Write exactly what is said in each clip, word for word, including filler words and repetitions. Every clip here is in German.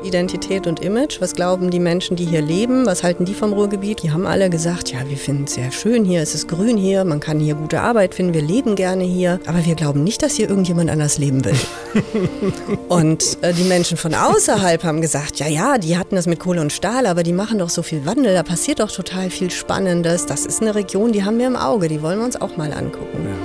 Identität und Image. Was glauben die Menschen, die hier leben? Was halten die vom Ruhrgebiet? Die haben alle gesagt, ja, wir finden es sehr schön hier, es ist grün hier, man kann hier gute Arbeit finden, wir leben gerne hier. Aber wir glauben nicht, dass hier irgendjemand anders leben will. Und äh, die Menschen von außerhalb haben gesagt, ja, ja, die hatten das mit Kohle und Stahl, aber die machen doch so viel Wandel, da passiert doch total viel Spannendes. Das ist eine Region, die haben wir im Auge, die wollen wir uns auch mal angucken. Ja.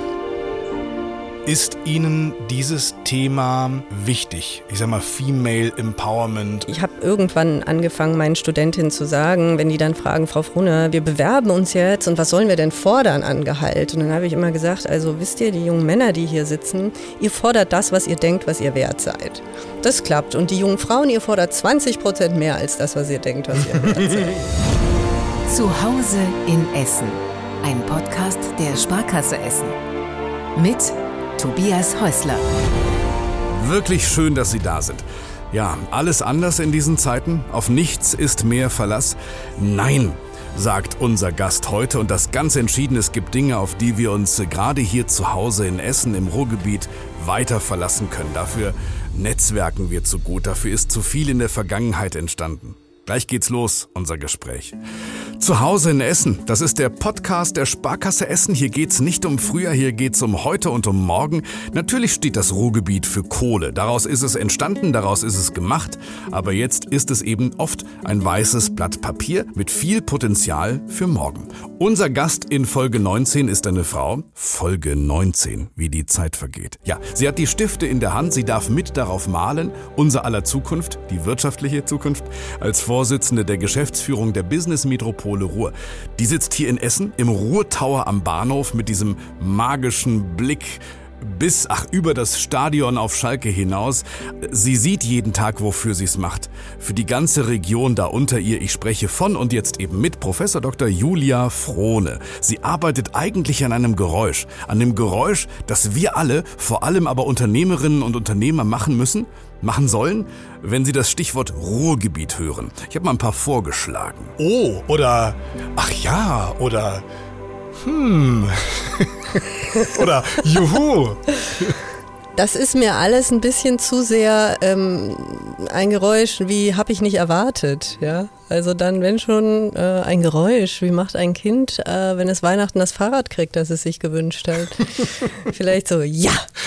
Ist Ihnen dieses Thema wichtig? Ich sag mal Female Empowerment. Ich habe irgendwann angefangen, meinen Studentinnen zu sagen, wenn die dann fragen, Frau Frune, wir bewerben uns jetzt und was sollen wir denn fordern an Gehalt? Und dann habe ich immer gesagt, also wisst ihr, die jungen Männer, die hier sitzen, ihr fordert das, was ihr denkt, was ihr wert seid. Das klappt. Und die jungen Frauen, ihr fordert zwanzig Prozent mehr als das, was ihr denkt, was ihr wert seid. Zu Hause in Essen. Ein Podcast der Sparkasse Essen. Mit Tobias Häusler. Wirklich schön, dass Sie da sind. Ja, alles anders in diesen Zeiten. Auf nichts ist mehr Verlass. Nein, sagt unser Gast heute. Und das ganz entschieden, es gibt Dinge, auf die wir uns gerade hier zu Hause in Essen im Ruhrgebiet weiter verlassen können. Dafür netzwerken wir zu gut. Dafür ist zu viel in der Vergangenheit entstanden. Gleich geht's los, unser Gespräch. Zu Hause in Essen, das ist der Podcast der Sparkasse Essen. Hier geht's nicht um früher, hier geht's um heute und um morgen. Natürlich steht das Ruhrgebiet für Kohle. Daraus ist es entstanden, daraus ist es gemacht. Aber jetzt ist es eben oft ein weißes Blatt Papier mit viel Potenzial für morgen. Unser Gast in Folge neunzehn ist eine Frau. Folge neunzehn, wie die Zeit vergeht. Ja, sie hat die Stifte in der Hand, sie darf mit darauf malen. Unser aller Zukunft, die wirtschaftliche Zukunft, als Vorsitzende der Geschäftsführung der Business-Metropole Ruhr. Die sitzt hier in Essen im Ruhr-Tower am Bahnhof mit diesem magischen Blick bis, ach, über das Stadion auf Schalke hinaus. Sie sieht jeden Tag, wofür sie es macht. Für die ganze Region da unter ihr. Ich spreche von und jetzt eben mit Professor Doktor Julia Frohne. Sie arbeitet eigentlich an einem Geräusch. An dem Geräusch, das wir alle, vor allem aber Unternehmerinnen und Unternehmer machen müssen, machen sollen, wenn Sie das Stichwort Ruhrgebiet hören. Ich habe mal ein paar vorgeschlagen. Oh, oder, ach ja, oder, hm, oder juhu. Das ist mir alles ein bisschen zu sehr ähm, ein Geräusch, wie habe ich nicht erwartet. Ja? Also dann, wenn schon äh, ein Geräusch, wie macht ein Kind, äh, wenn es Weihnachten das Fahrrad kriegt, das es sich gewünscht hat. Vielleicht so, ja.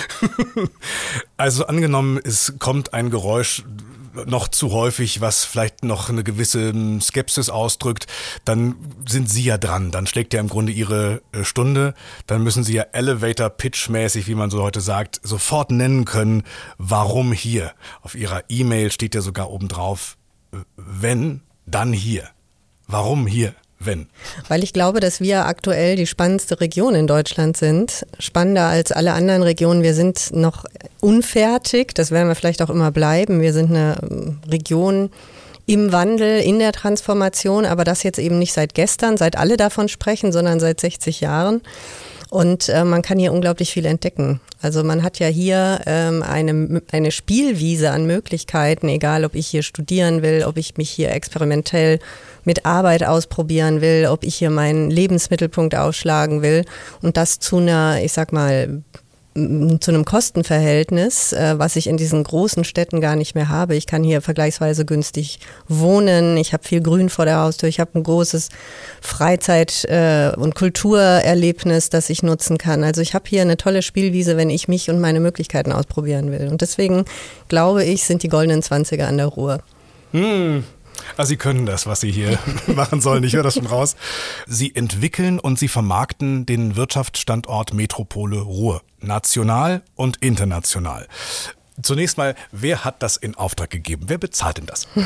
Also angenommen, es kommt ein Geräusch noch zu häufig, was vielleicht noch eine gewisse Skepsis ausdrückt, dann sind Sie ja dran. Dann schlägt ja im Grunde Ihre Stunde. Dann müssen Sie ja Elevator-Pitch-mäßig, wie man so heute sagt, sofort nennen können, warum hier. Auf Ihrer E-Mail steht ja sogar oben drauf, wenn, dann hier. Warum hier? Wenn? Weil ich glaube, dass wir aktuell die spannendste Region in Deutschland sind. Spannender als alle anderen Regionen. Wir sind noch unfertig, das werden wir vielleicht auch immer bleiben. Wir sind eine Region im Wandel, in der Transformation, aber das jetzt eben nicht seit gestern, seit alle davon sprechen, sondern seit sechzig Jahren. Und äh, man kann hier unglaublich viel entdecken. Also man hat ja hier ähm, eine, eine Spielwiese an Möglichkeiten, egal ob ich hier studieren will, ob ich mich hier experimentell mit Arbeit ausprobieren will, ob ich hier meinen Lebensmittelpunkt ausschlagen will und das zu einer, ich sag mal, zu einem Kostenverhältnis, was ich in diesen großen Städten gar nicht mehr habe. Ich kann hier vergleichsweise günstig wohnen, ich habe viel Grün vor der Haustür, ich habe ein großes Freizeit- und Kulturerlebnis, das ich nutzen kann. Also ich habe hier eine tolle Spielwiese, wenn ich mich und meine Möglichkeiten ausprobieren will. Und deswegen glaube ich, sind die goldenen Zwanziger an der Ruhr. Hm. Also Sie können das, was Sie hier machen sollen. Ich höre das schon raus. Sie entwickeln und Sie vermarkten den Wirtschaftsstandort Metropole Ruhr. National und international. Zunächst mal, wer hat das in Auftrag gegeben? Wer bezahlt denn das?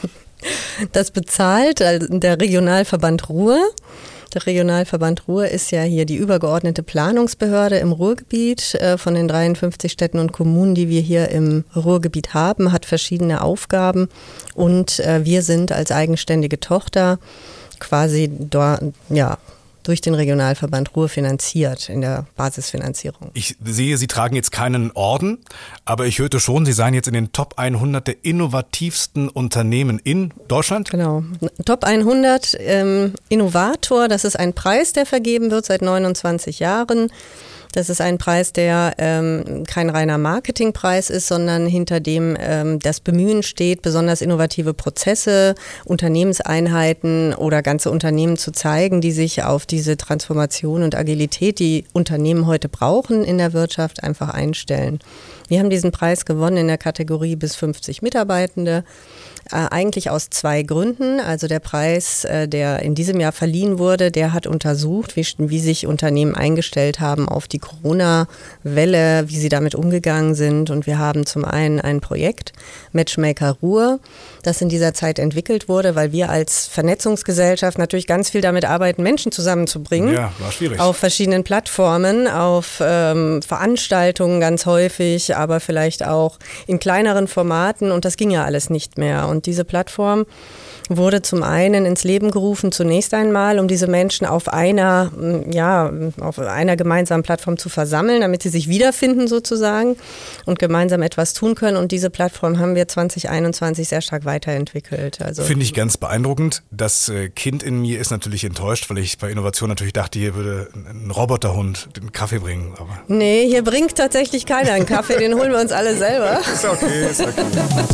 Das bezahlt der Regionalverband Ruhr. Der Regionalverband Ruhr ist ja hier die übergeordnete Planungsbehörde im Ruhrgebiet äh, von den dreiundfünfzig Städten und Kommunen, die wir hier im Ruhrgebiet haben, hat verschiedene Aufgaben und äh, wir sind als eigenständige Tochter quasi dort, ja, durch den Regionalverband Ruhr finanziert in der Basisfinanzierung. Ich sehe, Sie tragen jetzt keinen Orden, aber ich hörte schon, Sie seien jetzt in den Top hundert der innovativsten Unternehmen in Deutschland? Genau. Top hundert ähm, Innovator, das ist ein Preis, der vergeben wird seit neunundzwanzig Jahren. Das ist ein Preis, der ähm, kein reiner Marketingpreis ist, sondern hinter dem ähm, das Bemühen steht, besonders innovative Prozesse, Unternehmenseinheiten oder ganze Unternehmen zu zeigen, die sich auf diese Transformation und Agilität, die Unternehmen heute brauchen in der Wirtschaft, einfach einstellen. Wir haben diesen Preis gewonnen in der Kategorie bis fünfzig Mitarbeitende. Äh, eigentlich aus zwei Gründen. Also der Preis, äh, der in diesem Jahr verliehen wurde, der hat untersucht, wie, wie sich Unternehmen eingestellt haben auf die Corona-Welle, wie sie damit umgegangen sind. Und wir haben zum einen ein Projekt, Matchmaker Ruhr, das in dieser Zeit entwickelt wurde, weil wir als Vernetzungsgesellschaft natürlich ganz viel damit arbeiten, Menschen zusammenzubringen. Ja, war schwierig. Auf verschiedenen Plattformen, auf ähm, Veranstaltungen ganz häufig, aber vielleicht auch in kleineren Formaten. Und das ging ja alles nicht mehr. Und diese Plattform wurde zum einen ins Leben gerufen, zunächst einmal, um diese Menschen auf einer, ja, auf einer gemeinsamen Plattform zu versammeln, damit sie sich wiederfinden sozusagen und gemeinsam etwas tun können. Und diese Plattform haben wir zwanzig einundzwanzig sehr stark weiterentwickelt. Also finde ich ganz beeindruckend. Das Kind in mir ist natürlich enttäuscht, weil ich bei Innovation natürlich dachte, hier würde ein Roboterhund den Kaffee bringen. Aber nee, hier bringt tatsächlich keiner einen Kaffee, den holen wir uns alle selber. Ist okay, ist okay.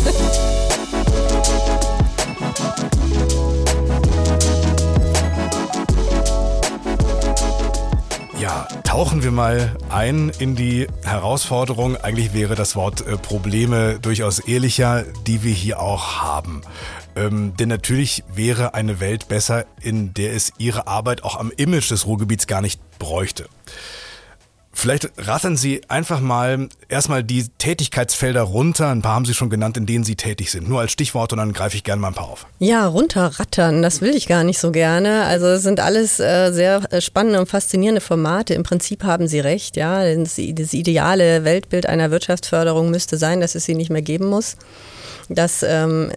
Ja, tauchen wir mal ein in die Herausforderung. Eigentlich wäre das Wort äh, Probleme durchaus ehrlicher, die wir hier auch haben. Ähm, denn natürlich wäre eine Welt besser, in der es ihre Arbeit auch am Image des Ruhrgebiets gar nicht bräuchte. Vielleicht rattern Sie einfach mal erstmal die Tätigkeitsfelder runter. Ein paar haben Sie schon genannt, in denen Sie tätig sind. Nur als Stichwort und dann greife ich gerne mal ein paar auf. Ja, runterrattern, das will ich gar nicht so gerne. Also es sind alles äh, sehr spannende und faszinierende Formate. Im Prinzip haben Sie recht, ja. Das, das ideale Weltbild einer Wirtschaftsförderung müsste sein, dass es sie nicht mehr geben muss. Das ähm,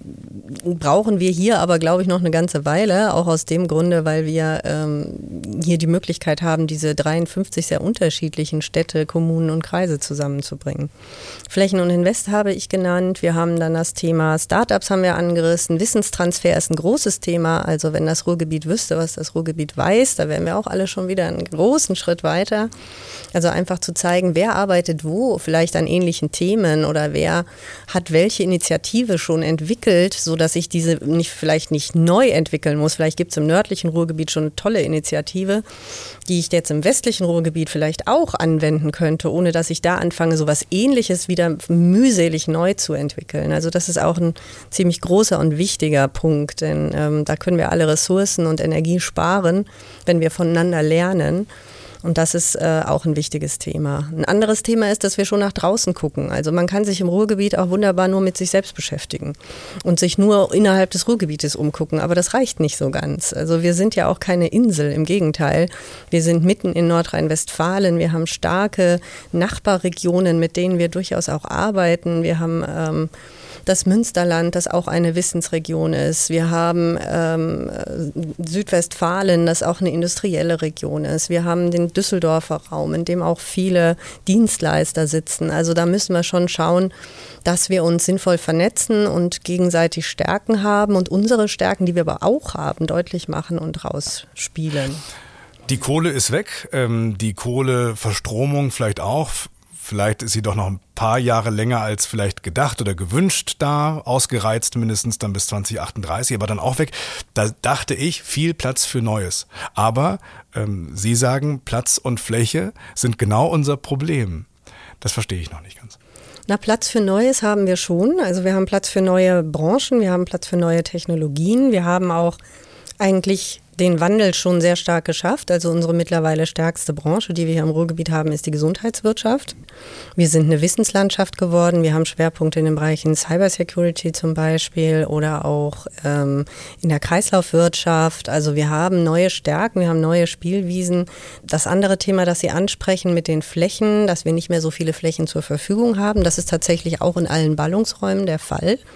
brauchen wir hier aber, glaube ich, noch eine ganze Weile, auch aus dem Grunde, weil wir ähm, hier die Möglichkeit haben, diese dreiundfünfzig sehr unterschiedlichen Städte, Kommunen und Kreise zusammenzubringen. Flächen und Invest habe ich genannt. Wir haben dann das Thema Startups haben wir angerissen. Wissenstransfer ist ein großes Thema. Also wenn das Ruhrgebiet wüsste, was das Ruhrgebiet weiß, da wären wir auch alle schon wieder einen großen Schritt weiter. Also einfach zu zeigen, wer arbeitet wo, vielleicht an ähnlichen Themen oder wer hat welche Initiativen Initiative schon entwickelt, sodass ich diese nicht, vielleicht nicht neu entwickeln muss. Vielleicht gibt es im nördlichen Ruhrgebiet schon eine tolle Initiative, die ich jetzt im westlichen Ruhrgebiet vielleicht auch anwenden könnte, ohne dass ich da anfange, so was Ähnliches wieder mühselig neu zu entwickeln. Also das ist auch ein ziemlich großer und wichtiger Punkt, denn ähm, da können wir alle Ressourcen und Energie sparen, wenn wir voneinander lernen. Und das ist äh, auch ein wichtiges Thema. Ein anderes Thema ist, dass wir schon nach draußen gucken. Also man kann sich im Ruhrgebiet auch wunderbar nur mit sich selbst beschäftigen und sich nur innerhalb des Ruhrgebietes umgucken. Aber das reicht nicht so ganz. Also wir sind ja auch keine Insel, im Gegenteil. Wir sind mitten in Nordrhein-Westfalen. Wir haben starke Nachbarregionen, mit denen wir durchaus auch arbeiten. Wir haben ähm, das Münsterland, das auch eine Wissensregion ist. Wir haben ähm, Südwestfalen, das auch eine industrielle Region ist. Wir haben den Düsseldorfer Raum, in dem auch viele Dienstleister sitzen. Also da müssen wir schon schauen, dass wir uns sinnvoll vernetzen und gegenseitig Stärken haben und unsere Stärken, die wir aber auch haben, deutlich machen und rausspielen. Die Kohle ist weg, ähm, die Kohleverstromung vielleicht auch. Vielleicht ist sie doch noch ein paar Jahre länger als vielleicht gedacht oder gewünscht da, ausgereizt mindestens dann bis zwanzig achtunddreißig, aber dann auch weg. Da dachte ich, viel Platz für Neues. Aber ähm, Sie sagen, Platz und Fläche sind genau unser Problem. Das verstehe ich noch nicht ganz. Na, Platz für Neues haben wir schon. Also wir haben Platz für neue Branchen, wir haben Platz für neue Technologien, wir haben auch eigentlich den Wandel schon sehr stark geschafft. Also unsere mittlerweile stärkste Branche, die wir hier im Ruhrgebiet haben, ist die Gesundheitswirtschaft. Wir sind eine Wissenslandschaft geworden. Wir haben Schwerpunkte in den Bereichen Cybersecurity zum Beispiel oder auch ähm, in der Kreislaufwirtschaft. Also wir haben neue Stärken, wir haben neue Spielwiesen. Das andere Thema, das Sie ansprechen mit den Flächen, dass wir nicht mehr so viele Flächen zur Verfügung haben, das ist tatsächlich auch in allen Ballungsräumen der Fall.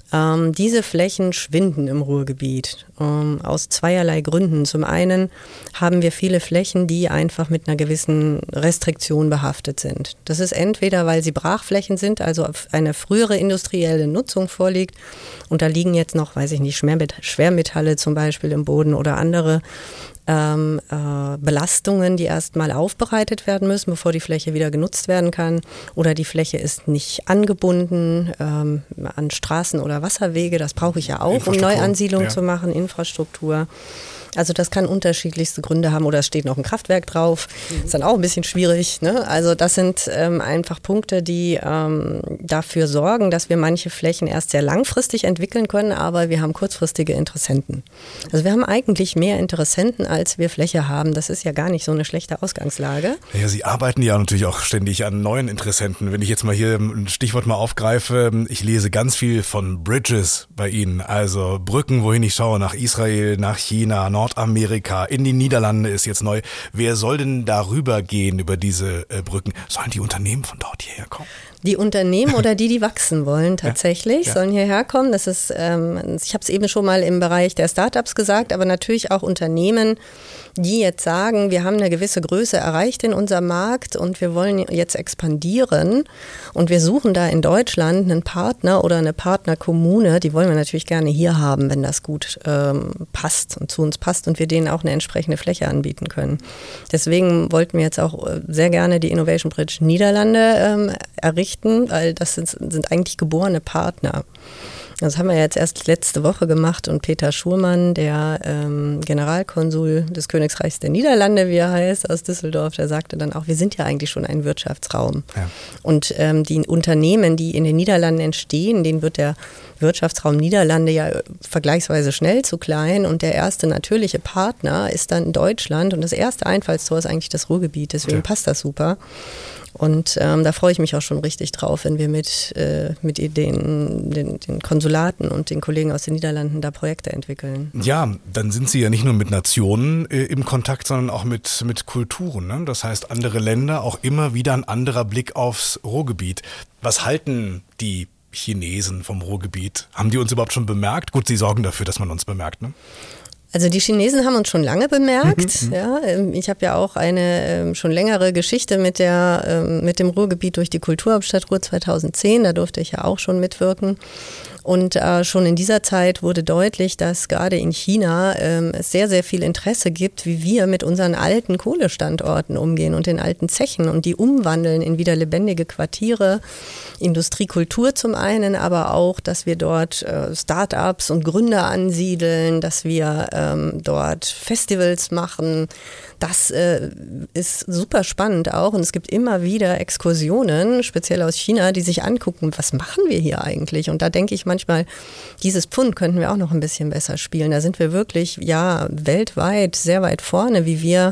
Ähm, diese Flächen schwinden im Ruhrgebiet ähm, aus zweierlei Gründen. Zum einen haben wir viele Flächen, die einfach mit einer gewissen Restriktion behaftet sind. Das ist entweder, weil sie Brachflächen sind, also eine frühere industrielle Nutzung vorliegt und da liegen jetzt noch, weiß ich nicht, Schwermetalle zum Beispiel im Boden oder andere Ähm, äh, Belastungen, die erstmal aufbereitet werden müssen, bevor die Fläche wieder genutzt werden kann. Oder die Fläche ist nicht angebunden ähm, an Straßen oder Wasserwege. Das brauche ich ja auch, um Neuansiedlung ja. zu machen, Infrastruktur. Also das kann unterschiedlichste Gründe haben oder es steht noch ein Kraftwerk drauf, mhm. ist dann auch ein bisschen schwierig. Ne? Also das sind ähm, einfach Punkte, die ähm, dafür sorgen, dass wir manche Flächen erst sehr langfristig entwickeln können, aber wir haben kurzfristige Interessenten. Also wir haben eigentlich mehr Interessenten, als wir Fläche haben. Das ist ja gar nicht so eine schlechte Ausgangslage. Ja, Sie arbeiten ja natürlich auch ständig an neuen Interessenten. Wenn ich jetzt mal hier ein Stichwort mal aufgreife, ich lese ganz viel von Bridges bei Ihnen, also Brücken, wohin ich schaue, nach Israel, nach China, Nordamerika, in die Niederlande ist jetzt neu. Wer soll denn darüber gehen, über diese äh, Brücken? Sollen die Unternehmen von dort hierher kommen? Die Unternehmen oder die, die wachsen wollen tatsächlich, ja, ja. sollen hierher kommen. Das ist, ähm, ich habe es eben schon mal im Bereich der Startups gesagt, aber natürlich auch Unternehmen, die jetzt sagen, wir haben eine gewisse Größe erreicht in unserem Markt und wir wollen jetzt expandieren und wir suchen da in Deutschland einen Partner oder eine Partnerkommune, die wollen wir natürlich gerne hier haben, wenn das gut ähm, passt und zu uns passt und wir denen auch eine entsprechende Fläche anbieten können. Deswegen wollten wir jetzt auch sehr gerne die Innovation Bridge Niederlande ähm, errichten, weil das sind, sind eigentlich geborene Partner. Das haben wir jetzt erst letzte Woche gemacht und Peter Schurmann, der ähm, Generalkonsul des Königreichs der Niederlande, wie er heißt, aus Düsseldorf, der sagte dann auch, wir sind ja eigentlich schon ein Wirtschaftsraum. Ja. Und ähm, die Unternehmen, die in den Niederlanden entstehen, denen wird der Wirtschaftsraum Niederlande ja vergleichsweise schnell zu klein und der erste natürliche Partner ist dann Deutschland und das erste Einfallstor ist eigentlich das Ruhrgebiet, deswegen ja. passt das super. Und ähm, da freue ich mich auch schon richtig drauf, wenn wir mit, äh, mit den, den, den Konsulaten und den Kollegen aus den Niederlanden da Projekte entwickeln. Ja, dann sind Sie ja nicht nur mit Nationen äh, im Kontakt, sondern auch mit, mit Kulturen. Ne? Das heißt, andere Länder, auch immer wieder ein anderer Blick aufs Ruhrgebiet. Was halten die Chinesen vom Ruhrgebiet? Haben die uns überhaupt schon bemerkt? Gut, Sie sorgen dafür, dass man uns bemerkt, ne? Also die Chinesen haben uns schon lange bemerkt. Mhm, ja, ich habe ja auch eine ähm, schon längere Geschichte mit der ähm, mit dem Ruhrgebiet durch die Kulturhauptstadt Ruhr zweitausendzehn. Da durfte ich ja auch schon mitwirken. Und äh, schon in dieser Zeit wurde deutlich, dass gerade in China ähm, es sehr, sehr viel Interesse gibt, wie wir mit unseren alten Kohlestandorten umgehen und den alten Zechen und die umwandeln in wieder lebendige Quartiere, Industriekultur zum einen, aber auch, dass wir dort äh, Start-ups und Gründer ansiedeln, dass wir ähm, dort Festivals machen. Das äh, ist super spannend auch und es gibt immer wieder Exkursionen, speziell aus China, die sich angucken, was machen wir hier eigentlich? Und da denke ich manchmal, dieses Pfund könnten wir auch noch ein bisschen besser spielen. Da sind wir wirklich, ja, weltweit sehr weit vorne, wie wir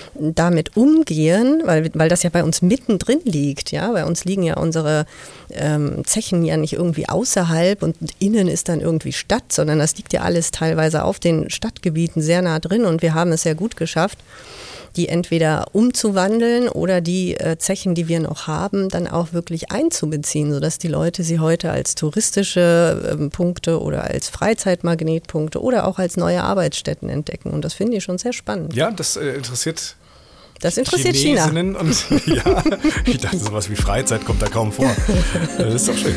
damit umgehen, weil, weil das ja bei uns mittendrin liegt. Ja, bei uns liegen ja unsere ähm, Zechen ja nicht irgendwie außerhalb und innen ist dann irgendwie Stadt, sondern das liegt ja alles teilweise auf den Stadtgebieten sehr nah drin und wir haben es sehr gut geschafft, die entweder umzuwandeln oder die äh, Zechen, die wir noch haben, dann auch wirklich einzubeziehen, sodass die Leute sie heute als touristische äh, Punkte oder als Freizeitmagnetpunkte oder auch als neue Arbeitsstätten entdecken. Und das finde ich schon sehr spannend. Ja, das äh, interessiert Das interessiert China. Und, ja, ich dachte, sowas wie Freizeit kommt da kaum vor. Das ist doch schön.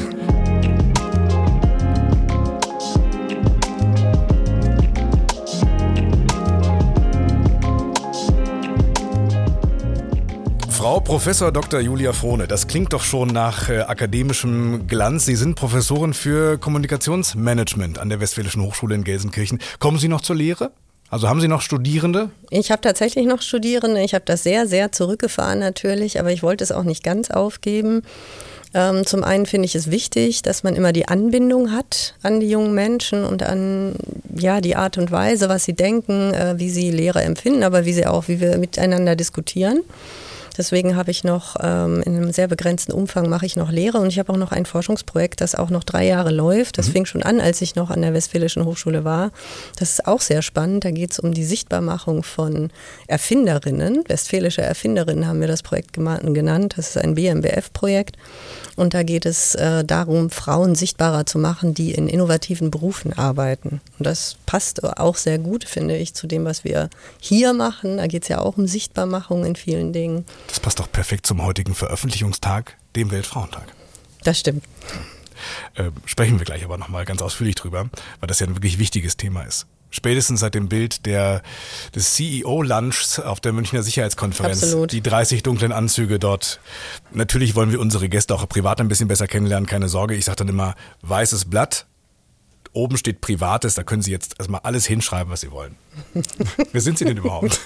Frau Professor Doktor Julia Frohne, das klingt doch schon nach äh, akademischem Glanz. Sie sind Professorin für Kommunikationsmanagement an der Westfälischen Hochschule in Gelsenkirchen. Kommen Sie noch zur Lehre? Also haben Sie noch Studierende? Ich habe tatsächlich noch Studierende. Ich habe das sehr, sehr zurückgefahren natürlich, aber ich wollte es auch nicht ganz aufgeben. Ähm, zum einen finde ich es wichtig, dass man immer die Anbindung hat an die jungen Menschen und an ja die Art und Weise, was sie denken, äh, wie sie Lehre empfinden, aber wie sie auch, wie wir miteinander diskutieren. Deswegen habe ich noch ähm, in einem sehr begrenzten Umfang mache ich noch Lehre und ich habe auch noch ein Forschungsprojekt, das auch noch drei Jahre läuft. Das mhm. fing schon an, als ich noch an der Westfälischen Hochschule war. Das ist auch sehr spannend. Da geht es um die Sichtbarmachung von Erfinderinnen. Westfälische Erfinderinnen haben wir das Projekt genannt. Das ist ein B M B F-Projekt. Und da geht es äh, darum, Frauen sichtbarer zu machen, die in innovativen Berufen arbeiten. Und das passt auch sehr gut, finde ich, zu dem, was wir hier machen. Da geht es ja auch um Sichtbarmachung in vielen Dingen. Das passt doch perfekt zum heutigen Veröffentlichungstag, dem Weltfrauentag. Das stimmt. Äh, sprechen wir gleich aber nochmal ganz ausführlich drüber, weil das ja ein wirklich wichtiges Thema ist. Spätestens seit dem Bild der, des C E O-Lunchs auf der Münchner Sicherheitskonferenz. Absolut. Die dreißig dunklen Anzüge dort. Natürlich wollen wir unsere Gäste auch privat ein bisschen besser kennenlernen, keine Sorge. Ich sage dann immer, weißes Blatt, oben steht Privates, da können Sie jetzt erstmal alles hinschreiben, was Sie wollen. Wer sind Sie denn überhaupt?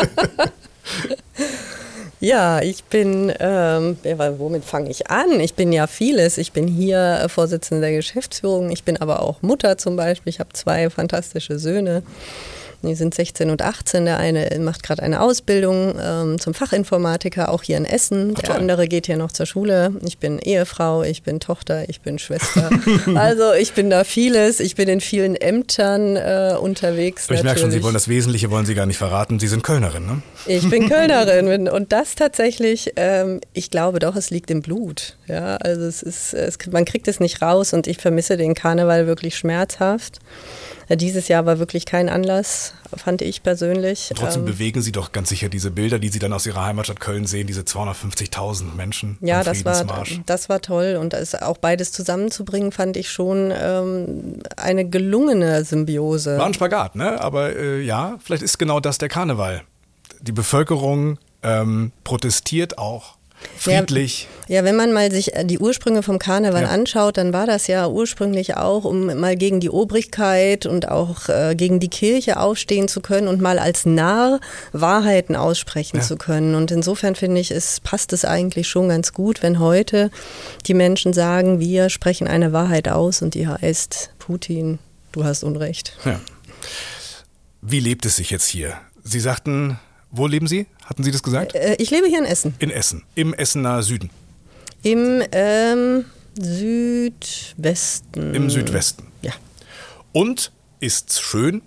Ja, ich bin, ähm, womit fange ich an? Ich bin ja vieles. Ich bin hier Vorsitzende der Geschäftsführung. Ich bin aber auch Mutter zum Beispiel. Ich habe zwei fantastische Söhne. Die sind sechzehn und achtzehn. Der eine macht gerade eine Ausbildung ähm, zum Fachinformatiker, auch hier in Essen. Der andere geht hier noch zur Schule. Ich bin Ehefrau, ich bin Tochter, ich bin Schwester. Also ich bin da vieles. Ich bin in vielen Ämtern äh, unterwegs. Ich merke schon, Sie wollen das Wesentliche, wollen Sie gar nicht verraten. Sie sind Kölnerin, ne? Ich bin Kölnerin und das tatsächlich, ähm, ich glaube doch, es liegt im Blut. Ja, also es ist, es, man kriegt es nicht raus und ich vermisse den Karneval wirklich schmerzhaft. Dieses Jahr war wirklich kein Anlass, fand ich persönlich. Und trotzdem ähm, bewegen Sie doch ganz sicher diese Bilder, die Sie dann aus Ihrer Heimatstadt Köln sehen, diese zweihundertfünfzigtausend Menschen. Ja, das war, das war toll und das auch beides zusammenzubringen, fand ich schon ähm, eine gelungene Symbiose. War ein Spagat, ne? Aber äh, ja, vielleicht ist genau das der Karneval. Die Bevölkerung ähm, protestiert auch. Friedlich. Ja, ja, wenn man mal sich die Ursprünge vom Karneval ja. anschaut, dann war das ja ursprünglich auch, um mal gegen die Obrigkeit und auch äh, gegen die Kirche aufstehen zu können und mal als Narr Wahrheiten aussprechen ja. zu können. Und insofern finde ich, es passt es eigentlich schon ganz gut, wenn heute die Menschen sagen, wir sprechen eine Wahrheit aus und die heißt, Putin, du hast Unrecht. Ja. Wie lebt es sich jetzt hier? Sie sagten, wo leben Sie? Hatten Sie das gesagt? Ich lebe hier in Essen. In Essen, im Essener Süden. Im ähm, Südwesten. Im Südwesten. Ja. Und ist's schön?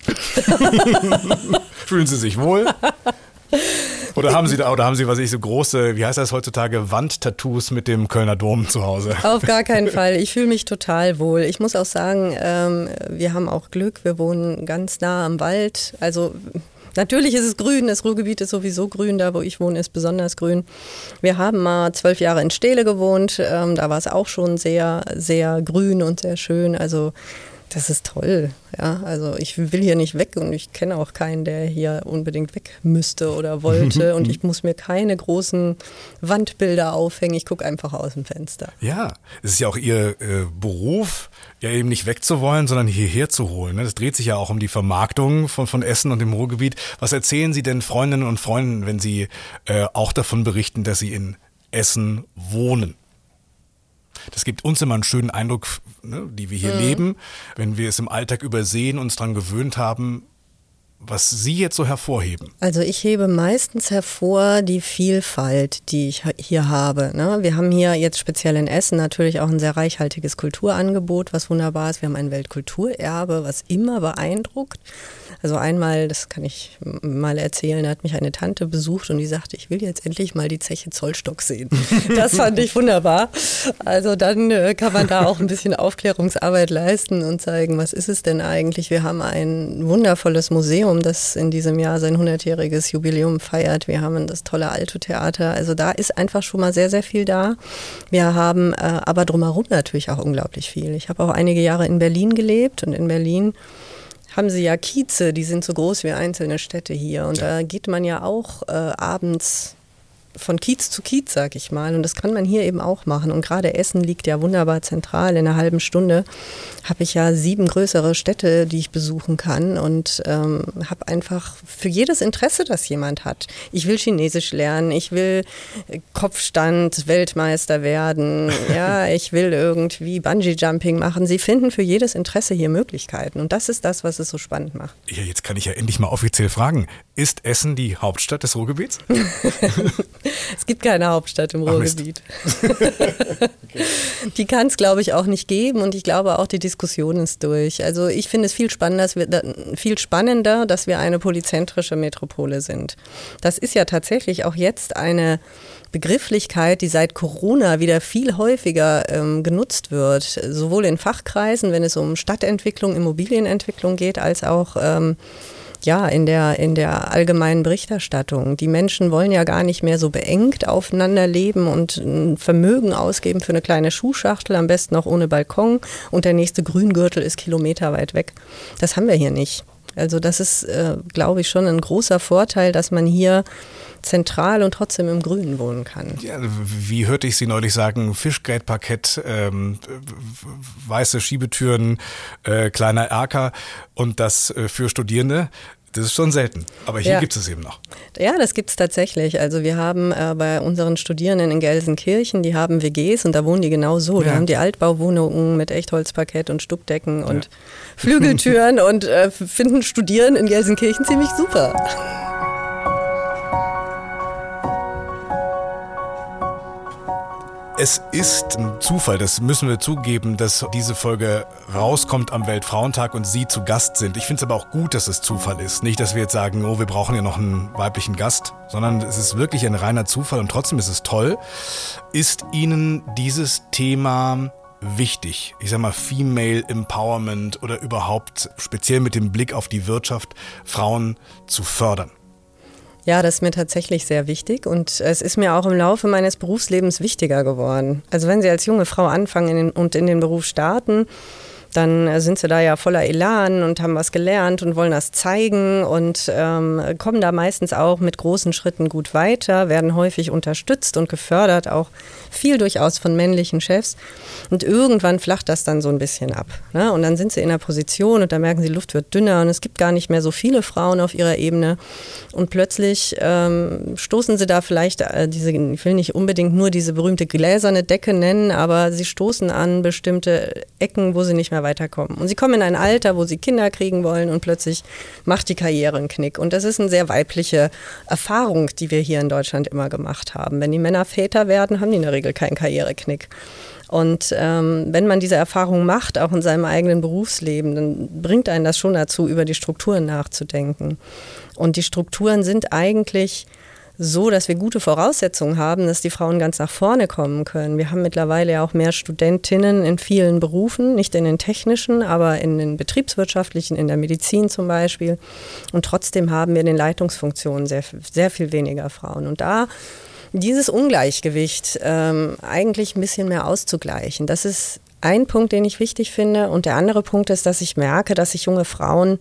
Fühlen Sie sich wohl? Oder haben Sie da, oder haben Sie, was ich so große, wie heißt das heutzutage, Wandtattoos mit dem Kölner Dom zu Hause? Auf gar keinen Fall. Ich fühle mich total wohl. Ich muss auch sagen, ähm, wir haben auch Glück. Wir wohnen ganz nah am Wald. Also natürlich ist es grün, das Ruhrgebiet ist sowieso grün, da wo ich wohne ist besonders grün. Wir haben mal zwölf Jahre in Steele gewohnt, ähm, da war es auch schon sehr, sehr grün und sehr schön, also das ist toll. Ja, also ich will hier nicht weg und ich kenne auch keinen, der hier unbedingt weg müsste oder wollte und ich muss mir keine großen Wandbilder aufhängen, ich gucke einfach aus dem Fenster. Ja, es ist ja auch Ihr äh, Beruf, ja eben nicht wegzuwollen, sondern hierher zu holen. Ne? Das dreht sich ja auch um die Vermarktung von, von Essen und dem Ruhrgebiet. Was erzählen Sie denn Freundinnen und Freunden, wenn Sie äh, auch davon berichten, dass Sie in Essen wohnen? Das gibt uns immer einen schönen Eindruck, ne, die wir hier mhm. leben, wenn wir es im Alltag übersehen, uns daran gewöhnt haben, was Sie jetzt so hervorheben. Also ich hebe meistens hervor die Vielfalt, die ich hier habe. Ne? Wir haben hier jetzt speziell in Essen natürlich auch ein sehr reichhaltiges Kulturangebot, was wunderbar ist. Wir haben ein Weltkulturerbe, was immer beeindruckt. Also einmal, das kann ich mal erzählen, da hat mich eine Tante besucht und die sagte, ich will jetzt endlich mal die Zeche Zollstock sehen. Das fand ich wunderbar. Also dann äh, kann man da auch ein bisschen Aufklärungsarbeit leisten und zeigen, was ist es denn eigentlich? Wir haben ein wundervolles Museum, das in diesem Jahr sein hundertjähriges Jubiläum feiert. Wir haben das tolle Alto-Theater. Also da ist einfach schon mal sehr, sehr viel da. Wir haben äh, aber drumherum natürlich auch unglaublich viel. Ich habe auch einige Jahre in Berlin gelebt und in Berlin haben sie ja Kieze, die sind so groß wie einzelne Städte hier. Und da geht man ja auch äh, abends von Kiez zu Kiez, sag ich mal. Und das kann man hier eben auch machen. Und gerade Essen liegt ja wunderbar zentral. In einer halben Stunde habe ich ja sieben größere Städte, die ich besuchen kann. Und ähm, habe einfach für jedes Interesse, das jemand hat. Ich will Chinesisch lernen, ich will Kopfstand-Weltmeister werden, ja, ich will irgendwie Bungee-Jumping machen. Sie finden für jedes Interesse hier Möglichkeiten. Und das ist das, was es so spannend macht. Ja, jetzt kann ich ja endlich mal offiziell fragen. Ist Essen die Hauptstadt des Ruhrgebiets? Es gibt keine Hauptstadt im Ruhrgebiet. Okay. Die kann es, glaube ich, auch nicht geben und ich glaube auch, die Diskussion ist durch. Also ich finde es viel spannender, dass wir, viel spannender, dass wir eine polyzentrische Metropole sind. Das ist ja tatsächlich auch jetzt eine Begrifflichkeit, die seit Corona wieder viel häufiger ähm, genutzt wird, sowohl in Fachkreisen, wenn es um Stadtentwicklung, Immobilienentwicklung geht, als auch ähm, ja, in der, in der allgemeinen Berichterstattung. Die Menschen wollen ja gar nicht mehr so beengt aufeinander leben und ein Vermögen ausgeben für eine kleine Schuhschachtel, am besten auch ohne Balkon und der nächste Grüngürtel ist kilometerweit weg. Das haben wir hier nicht. Also das ist, äh, glaube ich, schon ein großer Vorteil, dass man hier zentral und trotzdem im Grünen wohnen kann. Ja, wie hörte ich Sie neulich sagen, Fischgrätparkett, ähm, weiße Schiebetüren, äh, kleiner Erker und das äh, für Studierende. Das ist schon selten, aber hier ja. gibt es eben noch. Ja, das gibt es tatsächlich. Also wir haben äh, bei unseren Studierenden in Gelsenkirchen, die haben W Gs und da wohnen die genau so. Ja. Da haben die Altbauwohnungen mit Echtholzparkett und Stuckdecken und ja. Flügeltüren und äh, finden Studieren in Gelsenkirchen ziemlich super. Es ist ein Zufall, das müssen wir zugeben, dass diese Folge rauskommt am Weltfrauentag und Sie zu Gast sind. Ich finde es aber auch gut, dass es Zufall ist. Nicht, dass wir jetzt sagen, oh, wir brauchen ja noch einen weiblichen Gast, sondern es ist wirklich ein reiner Zufall und trotzdem ist es toll. Ist Ihnen dieses Thema wichtig? Ich sag mal Female Empowerment oder überhaupt speziell mit dem Blick auf die Wirtschaft, Frauen zu fördern? Ja, das ist mir tatsächlich sehr wichtig und es ist mir auch im Laufe meines Berufslebens wichtiger geworden. Also wenn Sie als junge Frau anfangen in den, und in den Beruf starten, dann sind sie da ja voller Elan und haben was gelernt und wollen das zeigen und ähm, kommen da meistens auch mit großen Schritten gut weiter, werden häufig unterstützt und gefördert, auch viel durchaus von männlichen Chefs. Und irgendwann flacht das dann so ein bisschen ab. Ne? Und dann sind sie in einer Position und da merken sie, die Luft wird dünner und es gibt gar nicht mehr so viele Frauen auf ihrer Ebene. Und plötzlich ähm, stoßen sie da vielleicht, äh, diese, ich will nicht unbedingt nur diese berühmte gläserne Decke nennen, aber sie stoßen an bestimmte Ecken, wo sie nicht mehr weiterkommen. Und sie kommen in ein Alter, wo sie Kinder kriegen wollen und plötzlich macht die Karriere einen Knick. Und das ist eine sehr weibliche Erfahrung, die wir hier in Deutschland immer gemacht haben. Wenn die Männer Väter werden, haben die in der Regel keinen Karriereknick. Und ähm, wenn man diese Erfahrung macht, auch in seinem eigenen Berufsleben, dann bringt einen das schon dazu, über die Strukturen nachzudenken. Und die Strukturen sind eigentlich so, dass wir gute Voraussetzungen haben, dass die Frauen ganz nach vorne kommen können. Wir haben mittlerweile ja auch mehr Studentinnen in vielen Berufen, nicht in den technischen, aber in den betriebswirtschaftlichen, in der Medizin zum Beispiel. Und trotzdem haben wir in den Leitungsfunktionen sehr, sehr viel weniger Frauen. Und da dieses Ungleichgewicht ähm, eigentlich ein bisschen mehr auszugleichen, das ist ein Punkt, den ich wichtig finde. Und der andere Punkt ist, dass ich merke, dass sich junge Frauen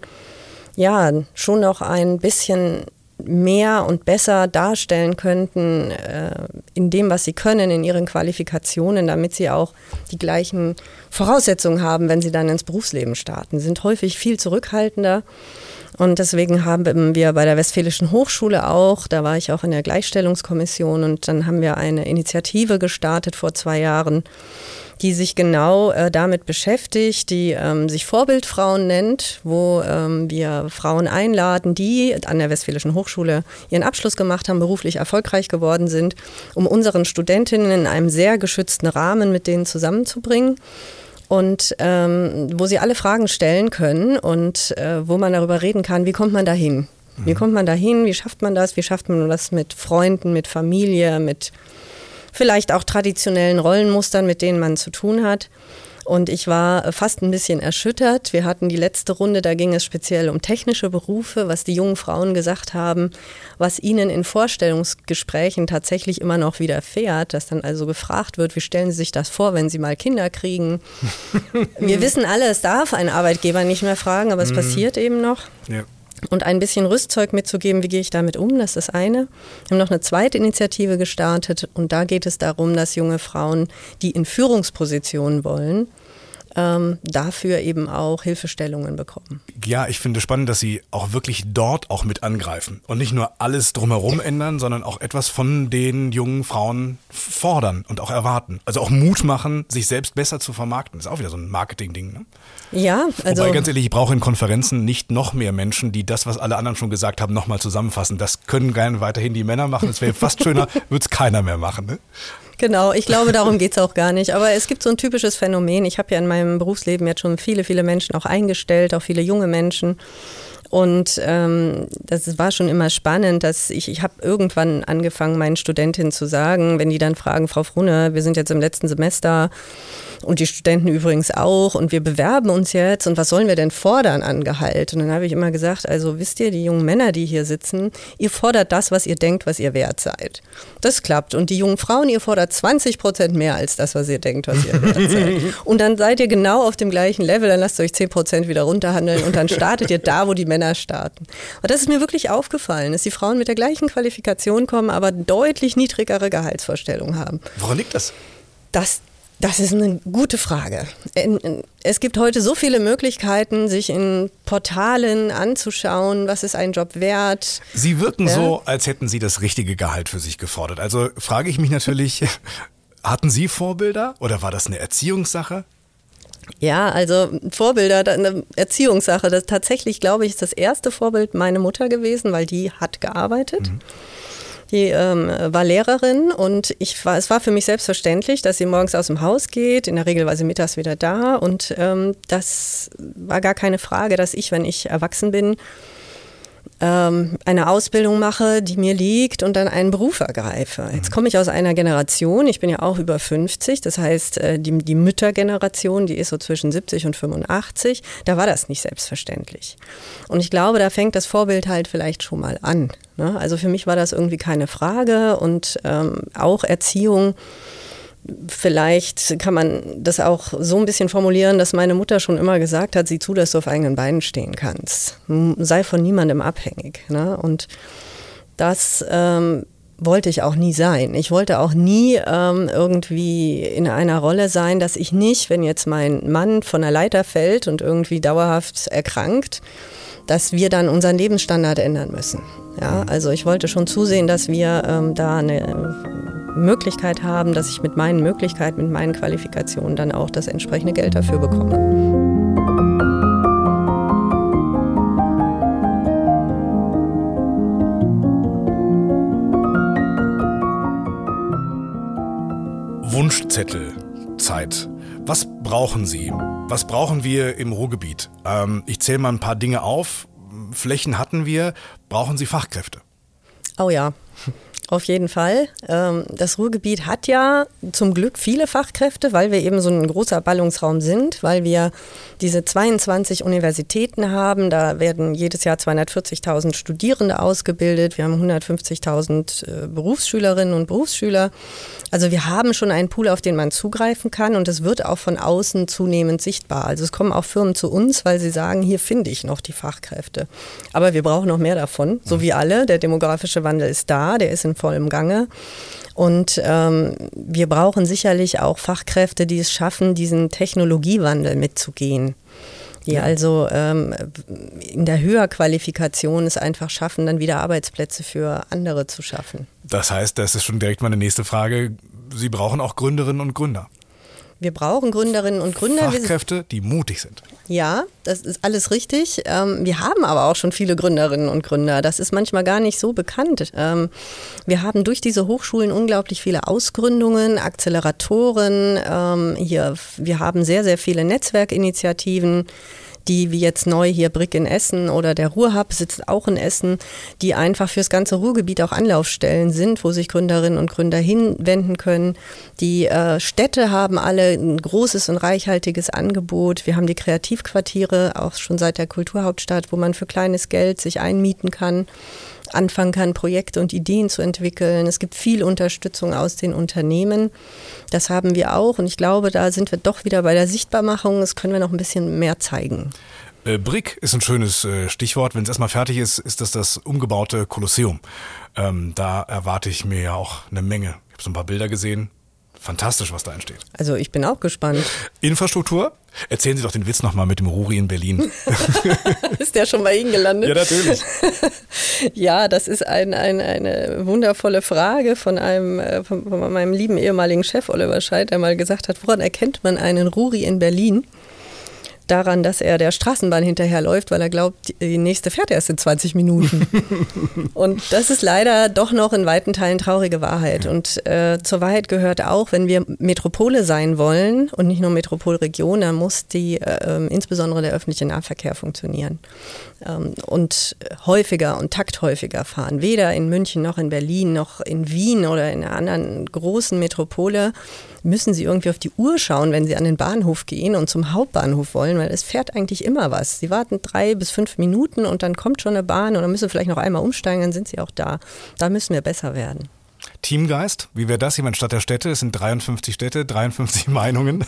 ja schon noch ein bisschen mehr und besser darstellen könnten äh, in dem, was sie können, in ihren Qualifikationen, damit sie auch die gleichen Voraussetzungen haben, wenn sie dann ins Berufsleben starten. Sie sind häufig viel zurückhaltender und deswegen haben wir bei der Westfälischen Hochschule auch, da war ich auch in der Gleichstellungskommission und dann haben wir eine Initiative gestartet vor zwei Jahren, die sich genau äh, damit beschäftigt, die ähm, sich Vorbildfrauen nennt, wo ähm, wir Frauen einladen, die an der Westfälischen Hochschule ihren Abschluss gemacht haben, beruflich erfolgreich geworden sind, um unseren Studentinnen in einem sehr geschützten Rahmen mit denen zusammenzubringen. Und ähm, wo sie alle Fragen stellen können und äh, wo man darüber reden kann, wie kommt man dahin? Wie kommt man dahin? Wie schafft man das? Wie schafft man das mit Freunden, mit Familie, mit vielleicht auch traditionellen Rollenmustern, mit denen man zu tun hat. Und ich war fast ein bisschen erschüttert. Wir hatten die letzte Runde, da ging es speziell um technische Berufe, was die jungen Frauen gesagt haben, was ihnen in Vorstellungsgesprächen tatsächlich immer noch widerfährt, dass dann also gefragt wird, wie stellen Sie sich das vor, wenn Sie mal Kinder kriegen? Wir wissen alle, es darf ein Arbeitgeber nicht mehr fragen, aber es mhm. passiert eben noch. Ja. Und ein bisschen Rüstzeug mitzugeben, wie gehe ich damit um, das ist das eine. Wir haben noch eine zweite Initiative gestartet und da geht es darum, dass junge Frauen, die in Führungspositionen wollen, ähm, dafür eben auch Hilfestellungen bekommen. Ja, ich finde spannend, dass Sie auch wirklich dort auch mit angreifen und nicht nur alles drumherum ändern, sondern auch etwas von den jungen Frauen fordern und auch erwarten. Also auch Mut machen, sich selbst besser zu vermarkten. Das ist auch wieder so ein Marketing-Ding, ne? Ja, also. Wobei, ganz ehrlich, ich brauche in Konferenzen nicht noch mehr Menschen, die das, was alle anderen schon gesagt haben, nochmal zusammenfassen. Das können gerne weiterhin die Männer machen. Es wäre fast schöner, würde es keiner mehr machen, ne? Genau, ich glaube, darum geht's auch gar nicht. Aber es gibt so ein typisches Phänomen. Ich habe ja in meinem Berufsleben jetzt schon viele, viele Menschen auch eingestellt, auch viele junge Menschen. Und ähm, das war schon immer spannend, dass ich, ich habe irgendwann angefangen, meinen Studentinnen zu sagen, wenn die dann fragen, Frau Frune, wir sind jetzt im letzten Semester und die Studenten übrigens auch und wir bewerben uns jetzt und was sollen wir denn fordern an Gehalt? Und dann habe ich immer gesagt, also wisst ihr, die jungen Männer, die hier sitzen, ihr fordert das, was ihr denkt, was ihr wert seid. Das klappt. Und die jungen Frauen, ihr fordert zwanzig Prozent mehr als das, was ihr denkt, was ihr wert seid. Und dann seid ihr genau auf dem gleichen Level, dann lasst ihr euch zehn Prozent wieder runterhandeln und dann startet ihr da, wo die Männer starten. Und das ist mir wirklich aufgefallen, dass die Frauen mit der gleichen Qualifikation kommen, aber deutlich niedrigere Gehaltsvorstellungen haben. Woran liegt das? Das Das ist eine gute Frage. Es gibt heute so viele Möglichkeiten, sich in Portalen anzuschauen, was ist ein Job wert. Sie wirken ja. so, als hätten Sie das richtige Gehalt für sich gefordert. Also frage ich mich natürlich, hatten Sie Vorbilder oder war das eine Erziehungssache? Ja, also Vorbilder, eine Erziehungssache. Das tatsächlich, glaube ich, ist das erste Vorbild meine Mutter gewesen, weil die hat gearbeitet. Mhm. Die ähm, war Lehrerin und ich war, es war für mich selbstverständlich, dass sie morgens aus dem Haus geht. In der Regel war sie mittags wieder da und ähm, das war gar keine Frage, dass ich, wenn ich erwachsen bin, ähm, eine Ausbildung mache, die mir liegt und dann einen Beruf ergreife. Jetzt komme ich aus einer Generation, ich bin ja auch über fünfzig, das heißt äh, die, die Müttergeneration, die ist so zwischen siebzig und fünfundachtzig, da war das nicht selbstverständlich. Und ich glaube, da fängt das Vorbild halt vielleicht schon mal an. Ne? Also für mich war das irgendwie keine Frage und ähm, auch Erziehung. Vielleicht kann man das auch so ein bisschen formulieren, dass meine Mutter schon immer gesagt hat, sieh zu, dass du auf eigenen Beinen stehen kannst. Sei von niemandem abhängig. Ne? Und das ähm, wollte ich auch nie sein. Ich wollte auch nie ähm, irgendwie in einer Rolle sein, dass ich nicht, wenn jetzt mein Mann von der Leiter fällt und irgendwie dauerhaft erkrankt, dass wir dann unseren Lebensstandard ändern müssen. Ja? Also ich wollte schon zusehen, dass wir ähm, da eine Möglichkeit haben, dass ich mit meinen Möglichkeiten, mit meinen Qualifikationen dann auch das entsprechende Geld dafür bekomme. Wunschzettelzeit. Was brauchen Sie? Was brauchen wir im Ruhrgebiet? Ähm, ich zähle mal ein paar Dinge auf. Flächen hatten wir. Brauchen Sie Fachkräfte? Oh ja. Auf jeden Fall. Das Ruhrgebiet hat ja zum Glück viele Fachkräfte, weil wir eben so ein großer Ballungsraum sind, weil wir diese zweiundzwanzig Universitäten haben. Da werden jedes Jahr zweihundertvierzigtausend Studierende ausgebildet. Wir haben hundertfünfzigtausend Berufsschülerinnen und Berufsschüler. Also wir haben schon einen Pool, auf den man zugreifen kann und es wird auch von außen zunehmend sichtbar. Also es kommen auch Firmen zu uns, weil sie sagen, hier finde ich noch die Fachkräfte. Aber wir brauchen noch mehr davon, so wie alle. Der demografische Wandel ist da, der ist in vollem Gange. Und ähm, wir brauchen sicherlich auch Fachkräfte, die es schaffen, diesen Technologiewandel mitzugehen. Die ja. also ähm, in der Höherqualifikation es einfach schaffen, dann wieder Arbeitsplätze für andere zu schaffen. Das heißt, das ist schon direkt meine nächste Frage. Sie brauchen auch Gründerinnen und Gründer. Wir brauchen Gründerinnen und Gründer. Fachkräfte, die mutig sind. Ja, das ist alles richtig. Wir haben aber auch schon viele Gründerinnen und Gründer. Das ist manchmal gar nicht so bekannt. Wir haben durch diese Hochschulen unglaublich viele Ausgründungen, Acceleratoren. Hier, wir haben sehr, sehr viele Netzwerkinitiativen, die wie jetzt neu hier Brick in Essen oder der Ruhrhub sitzt auch in Essen, die einfach fürs ganze Ruhrgebiet auch Anlaufstellen sind, wo sich Gründerinnen und Gründer hinwenden können. Die äh, Städte haben alle ein großes und reichhaltiges Angebot. Wir haben die Kreativquartiere, auch schon seit der Kulturhauptstadt, wo man für kleines Geld sich einmieten kann, anfangen kann, Projekte und Ideen zu entwickeln. Es gibt viel Unterstützung aus den Unternehmen. Das haben wir auch und ich glaube, da sind wir doch wieder bei der Sichtbarmachung. Das können wir noch ein bisschen mehr zeigen. Äh, Brick ist ein schönes äh, Stichwort. Wenn es erstmal fertig ist, ist das das umgebaute Kolosseum. Ähm, da erwarte ich mir ja auch eine Menge. Ich habe so ein paar Bilder gesehen. Fantastisch, was da entsteht. Also ich bin auch gespannt. Infrastruktur? Erzählen Sie doch den Witz nochmal mit dem Ruri in Berlin. Ist der schon bei Ihnen gelandet? Ja, natürlich. Ja, das ist ein, ein, eine wundervolle Frage von einem von, von meinem lieben ehemaligen Chef Oliver Scheidt, der mal gesagt hat, woran erkennt man einen Ruri in Berlin? Daran, dass er der Straßenbahn hinterherläuft, weil er glaubt, die nächste fährt erst in zwanzig Minuten. Und das ist leider doch noch in weiten Teilen traurige Wahrheit. Und äh, zur Wahrheit gehört auch, wenn wir Metropole sein wollen und nicht nur Metropolregion, dann muss die äh, insbesondere der öffentliche Nahverkehr funktionieren. Ähm, und häufiger und takthäufiger fahren. Weder in München noch in Berlin noch in Wien oder in einer anderen großen Metropole müssen Sie irgendwie auf die Uhr schauen, wenn Sie an den Bahnhof gehen und zum Hauptbahnhof wollen, weil es fährt eigentlich immer was. Sie warten drei bis fünf Minuten und dann kommt schon eine Bahn und dann müssen Sie vielleicht noch einmal umsteigen, dann sind Sie auch da. Da müssen wir besser werden. Teamgeist, wie wäre das? Jemand statt der Städte, es sind dreiundfünfzig Städte, dreiundfünfzig Meinungen.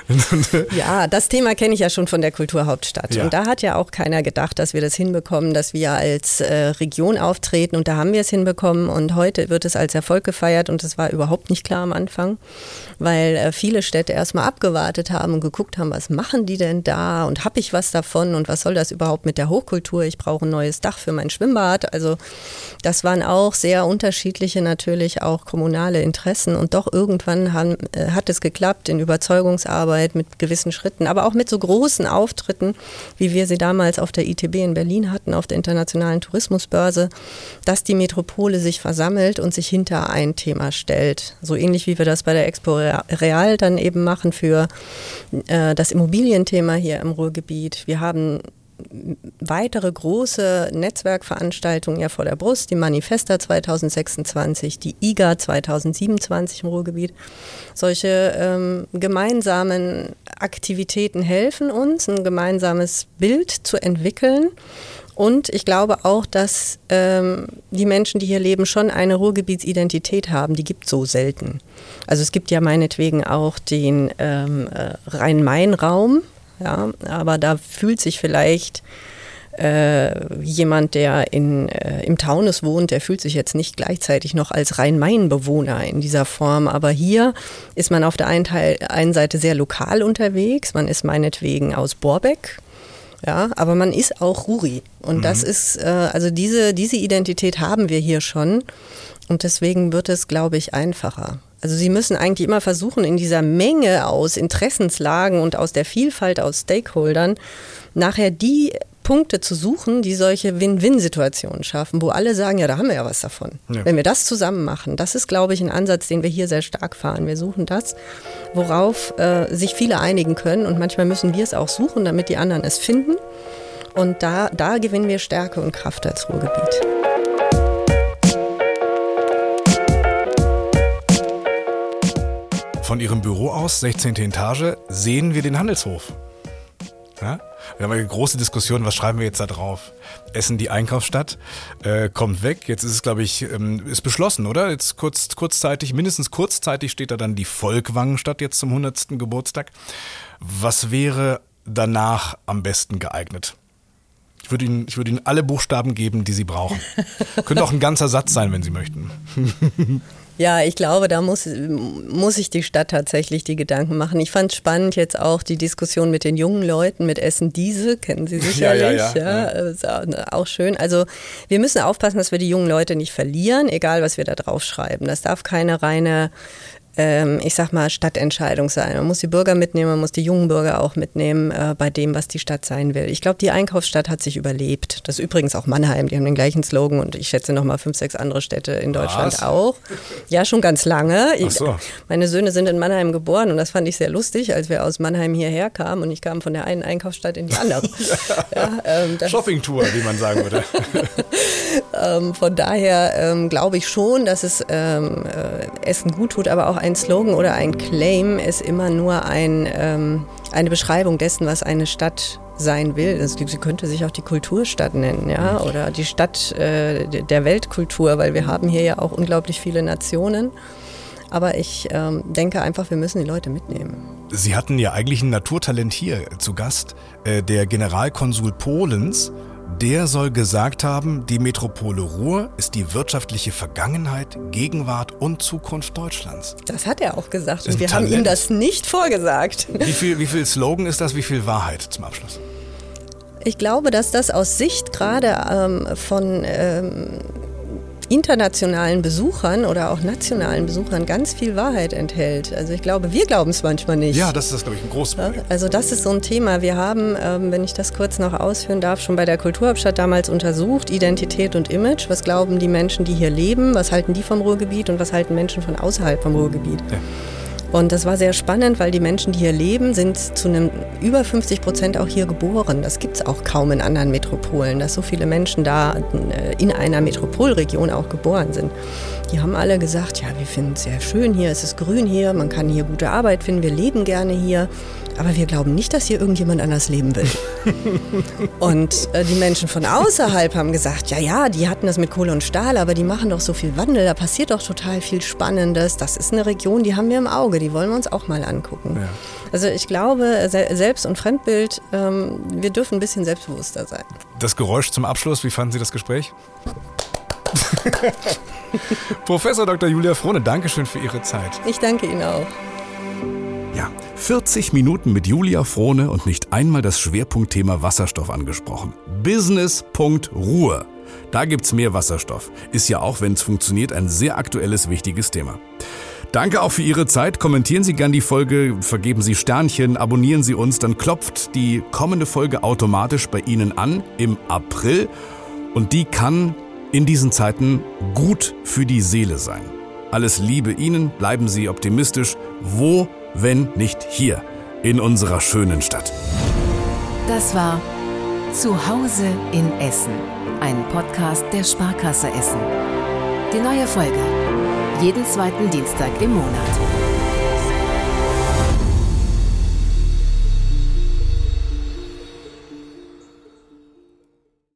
Ja, das Thema kenne ich ja schon von der Kulturhauptstadt. Ja. Und da hat ja auch keiner gedacht, dass wir das hinbekommen, dass wir als äh, Region auftreten. Und da haben wir es hinbekommen. Und heute wird es als Erfolg gefeiert. Und das war überhaupt nicht klar am Anfang, weil äh, viele Städte erstmal abgewartet haben und geguckt haben, was machen die denn da? Und habe ich was davon? Und was soll das überhaupt mit der Hochkultur? Ich brauche ein neues Dach für mein Schwimmbad. Also das waren auch sehr unterschiedliche natürlich auch kommunale Interessen und doch irgendwann haben, äh, hat es geklappt in Überzeugungsarbeit mit gewissen Schritten, aber auch mit so großen Auftritten, wie wir sie damals auf der I T B in Berlin hatten, auf der Internationalen Tourismusbörse, dass die Metropole sich versammelt und sich hinter ein Thema stellt. So ähnlich wie wir das bei der Expo Real dann eben machen für äh, das Immobilienthema hier im Ruhrgebiet. Wir haben weitere große Netzwerkveranstaltungen ja vor der Brust, die Manifesta zwanzig sechsundzwanzig, die I G A zwanzig siebenundzwanzig im Ruhrgebiet. Solche ähm, gemeinsamen Aktivitäten helfen uns, ein gemeinsames Bild zu entwickeln. Und ich glaube auch, dass ähm, die Menschen, die hier leben, schon eine Ruhrgebietsidentität haben. Die gibt es so selten. Also es gibt ja meinetwegen auch den ähm, äh, Rhein-Main-Raum. Ja, aber da fühlt sich vielleicht äh, jemand, der in, äh, im Taunus wohnt, der fühlt sich jetzt nicht gleichzeitig noch als Rhein-Main-Bewohner in dieser Form. Aber hier ist man auf der einen, Teil, einen Seite sehr lokal unterwegs. Man ist meinetwegen aus Borbeck. Ja, aber man ist auch Ruri. Und mhm. das ist, äh, also diese, diese Identität haben wir hier schon. Und deswegen wird es, glaube ich, einfacher. Also Sie müssen eigentlich immer versuchen, in dieser Menge aus Interessenslagen und aus der Vielfalt aus Stakeholdern nachher die Punkte zu suchen, die solche Win-Win-Situationen schaffen, wo alle sagen, ja, da haben wir ja was davon. Ja. Wenn wir das zusammen machen, das ist, glaube ich, ein Ansatz, den wir hier sehr stark fahren. Wir suchen das, worauf äh, sich viele einigen können und manchmal müssen wir es auch suchen, damit die anderen es finden. Und da, da gewinnen wir Stärke und Kraft als Ruhrgebiet. Von Ihrem Büro aus, sechzehnte Etage, sehen wir den Handelshof. Ja? Wir haben eine große Diskussion, was schreiben wir jetzt da drauf? Essen die Einkaufsstadt, äh, kommt weg. Jetzt ist es, glaube ich, ähm, ist beschlossen, oder? Jetzt kurz, kurzzeitig, mindestens kurzzeitig steht da dann die Volkwangstadt jetzt zum hundertsten Geburtstag. Was wäre danach am besten geeignet? Ich würde Ihnen, ich würde Ihnen alle Buchstaben geben, die Sie brauchen. Könnte auch ein ganzer Satz sein, wenn Sie möchten. Ja, ich glaube, da muss, muss sich die Stadt tatsächlich die Gedanken machen. Ich fand es spannend jetzt auch die Diskussion mit den jungen Leuten, mit Essen Diese, kennen Sie sicherlich. Ja, ja, ja. Ja, ist auch schön. Also wir müssen aufpassen, dass wir die jungen Leute nicht verlieren, egal was wir da drauf schreiben. Das darf keine reine, ähm, ich sag mal, Stadtentscheidung sein. Man muss die Bürger mitnehmen, man muss die jungen Bürger auch mitnehmen äh, bei dem, was die Stadt sein will. Ich glaube, die Einkaufsstadt hat sich überlebt. Das ist übrigens auch Mannheim, die haben den gleichen Slogan und ich schätze noch mal fünf, sechs andere Städte in Deutschland was? Auch. Ja, schon ganz lange. Ach so. Meine Söhne sind in Mannheim geboren und das fand ich sehr lustig, als wir aus Mannheim hierher kamen und ich kam von der einen Einkaufsstadt in die andere. Ja, ähm, Shoppingtour, wie man sagen würde. ähm, von daher ähm, glaube ich schon, dass es ähm, äh, Essen gut tut, aber auch ein Slogan oder ein Claim ist immer nur ein, ähm, eine Beschreibung dessen, was eine Stadt sein will. Also, sie könnte sich auch die Kulturstadt nennen, ja, oder die Stadt äh, der Weltkultur, weil wir haben hier ja auch unglaublich viele Nationen. Aber ich ähm, denke einfach, wir müssen die Leute mitnehmen. Sie hatten ja eigentlich ein Naturtalent hier zu Gast, äh, der Generalkonsul Polens der soll gesagt haben, die Metropole Ruhr ist die wirtschaftliche Vergangenheit, Gegenwart und Zukunft Deutschlands. Das hat er auch gesagt und ein wir Talent. haben ihm das nicht vorgesagt. Wie viel, wie viel Slogan ist das, wie viel Wahrheit zum Abschluss? Ich glaube, dass das aus Sicht gerade ähm, von ähm, internationalen Besuchern oder auch nationalen Besuchern ganz viel Wahrheit enthält. Also ich glaube, wir glauben es manchmal nicht. Ja, das ist, glaube ich, ein großes Problem. Also das ist so ein Thema. Wir haben, ähm, wenn ich das kurz noch ausführen darf, schon bei der Kulturhauptstadt damals untersucht, Identität und Image. Was glauben die Menschen, die hier leben? Was halten die vom Ruhrgebiet und was halten Menschen von außerhalb vom Ruhrgebiet? Ja. Und das war sehr spannend, weil die Menschen, die hier leben, sind zu einem über fünfzig Prozent auch hier geboren. Das gibt es auch kaum in anderen Metropolen, dass so viele Menschen da in einer Metropolregion auch geboren sind. Die haben alle gesagt, ja, wir finden es sehr schön hier, es ist grün hier, man kann hier gute Arbeit finden, wir leben gerne hier. Aber wir glauben nicht, dass hier irgendjemand anders leben will. Und äh, die Menschen von außerhalb haben gesagt, ja, ja, die hatten das mit Kohle und Stahl, aber die machen doch so viel Wandel, da passiert doch total viel Spannendes. Das ist eine Region, die haben wir im Auge, die wollen wir uns auch mal angucken. Ja. Also ich glaube, Selbst- und Fremdbild, ähm, wir dürfen ein bisschen selbstbewusster sein. Das Geräusch zum Abschluss, wie fanden Sie das Gespräch? Professor Doktor Julia Frohne, Dankeschön für Ihre Zeit. Ich danke Ihnen auch. Ja, vierzig Minuten mit Julia Frohne und nicht einmal das Schwerpunktthema Wasserstoff angesprochen. Business.Ruhr. Da gibt's mehr Wasserstoff. Ist ja auch, wenn es funktioniert, ein sehr aktuelles, wichtiges Thema. Danke auch für Ihre Zeit. Kommentieren Sie gern die Folge, vergeben Sie Sternchen, abonnieren Sie uns. Dann klopft die kommende Folge automatisch bei Ihnen an im April. Und die kann in diesen Zeiten gut für die Seele sein. Alles Liebe Ihnen, bleiben Sie optimistisch. Wo, wenn nicht hier, in unserer schönen Stadt. Das war Zuhause in Essen, ein Podcast der Sparkasse Essen. Die neue Folge, jeden zweiten Dienstag im Monat.